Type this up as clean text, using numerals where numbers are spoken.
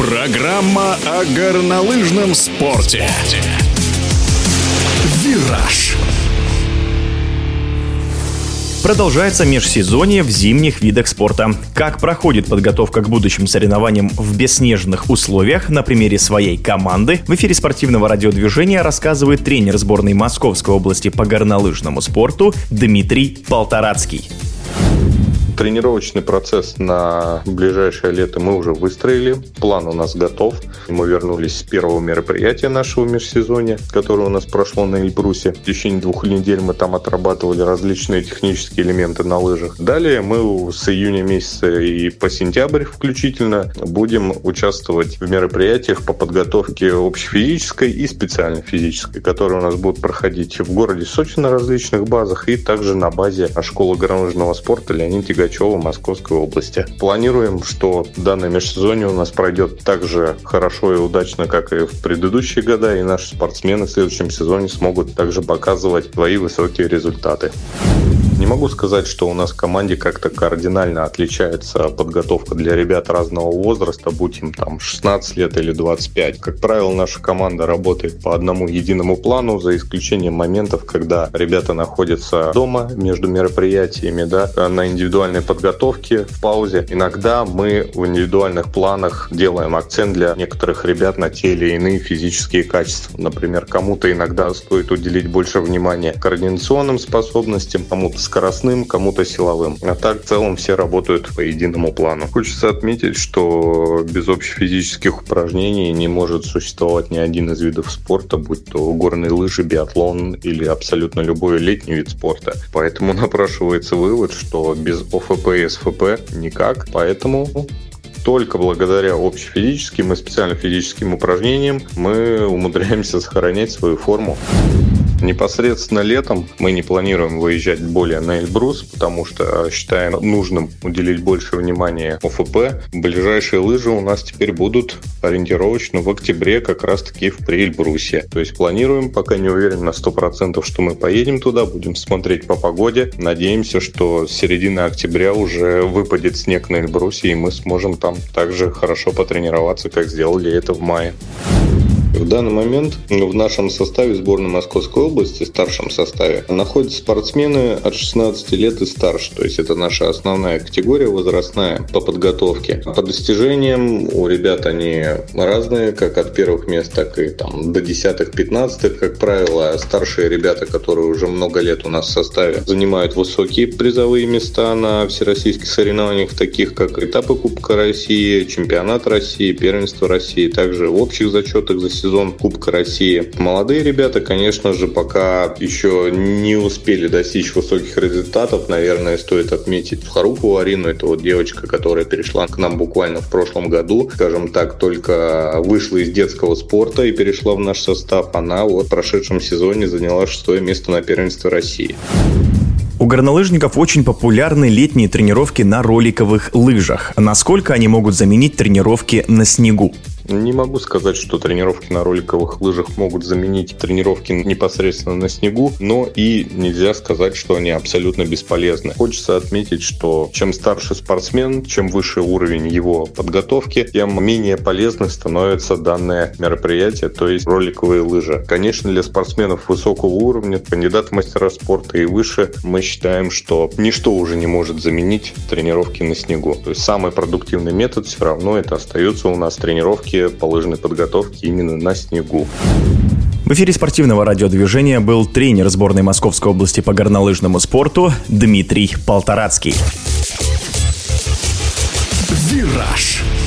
Программа о горнолыжном спорте. «Вираж». Продолжается межсезонье в зимних видах спорта. Как проходит подготовка к будущим соревнованиям в бесснежных условиях на примере своей команды, в эфире спортивного радиодвижения рассказывает тренер сборной Московской области по горнолыжному спорту Дмитрий Полторацкий. Тренировочный процесс на ближайшее лето мы уже выстроили. План у нас готов. Мы вернулись с первого мероприятия нашего межсезонья, которое у нас прошло на Эльбрусе. В течение 2 недель мы там отрабатывали различные технические элементы на лыжах. Далее мы с июня месяца и по сентябрь включительно будем участвовать в мероприятиях по подготовке общефизической и специальной физической, которые у нас будут проходить в городе Сочи на различных базах и также на базе школы горнолыжного спорта Леонида Тягачева Московской области. Планируем, что данное межсезонье у нас пройдет так же хорошо и удачно, как и в предыдущие года, и наши спортсмены в следующем сезоне смогут также показывать свои высокие результаты. Не могу сказать, что у нас в команде как-то кардинально отличается подготовка для ребят разного возраста, будь им там 16 лет или 25. Как правило, наша команда работает по одному единому плану, за исключением моментов, когда ребята находятся дома между мероприятиями, на индивидуальной подготовке, в паузе. Иногда мы в индивидуальных планах делаем акцент для некоторых ребят на те или иные физические качества. Например, кому-то иногда стоит уделить больше внимания координационным способностям, кому-то скоростным, кому-то силовым. А так в целом все работают по единому плану. Хочется отметить, что без общефизических упражнений не может существовать ни один из видов спорта, будь то горные лыжи, биатлон или абсолютно любой летний вид спорта. Поэтому напрашивается вывод, что без ОФП и СФП никак. Поэтому только благодаря общефизическим и специально-физическим упражнениям мы умудряемся сохранять свою форму. Непосредственно летом мы не планируем выезжать более на Эльбрус, потому что считаем нужным уделить больше внимания ОФП. Ближайшие лыжи у нас теперь будут ориентировочно в октябре, как раз-таки в Эльбрусе. То есть планируем, пока не уверен на 100%, что мы поедем туда, будем смотреть по погоде. Надеемся, что с середины октября уже выпадет снег на Эльбрусе, и мы сможем там также хорошо потренироваться, как сделали это в мае. В данный момент в нашем составе сборной Московской области, старшем составе, находятся спортсмены от 16 лет и старше. То есть это наша основная категория возрастная по подготовке. По достижениям у ребят они разные, как от первых мест, так и до 10-15. Как правило, старшие ребята, которые уже много лет у нас в составе, занимают высокие призовые места на всероссийских соревнованиях, таких как этапы Кубка России, Чемпионат России, Первенство России, также в общих зачетах за сезон Кубка России. Молодые ребята, конечно же, пока еще не успели достичь высоких результатов. Наверное, стоит отметить Харупову Арину. Это девочка, которая перешла к нам буквально в прошлом году. Скажем так, только вышла из детского спорта и перешла в наш состав. Она в прошедшем сезоне заняла 6-е место на Первенстве России. У горнолыжников очень популярны летние тренировки на роликовых лыжах. Насколько они могут заменить тренировки на снегу? Не могу сказать, что тренировки на роликовых лыжах могут заменить тренировки непосредственно на снегу, но и нельзя сказать, что они абсолютно бесполезны. Хочется отметить, что чем старше спортсмен, чем выше уровень его подготовки, тем менее полезным становится данное мероприятие, то есть роликовые лыжи. Конечно, для спортсменов высокого уровня, кандидат в мастера спорта и выше, мы считаем, что ничто уже не может заменить тренировки на снегу. То есть самый продуктивный метод все равно это остается у нас тренировки по лыжной подготовке именно на снегу. В эфире спортивного радиодвижения был тренер сборной Московской области по горнолыжному спорту Дмитрий Полторацкий. «Вираж».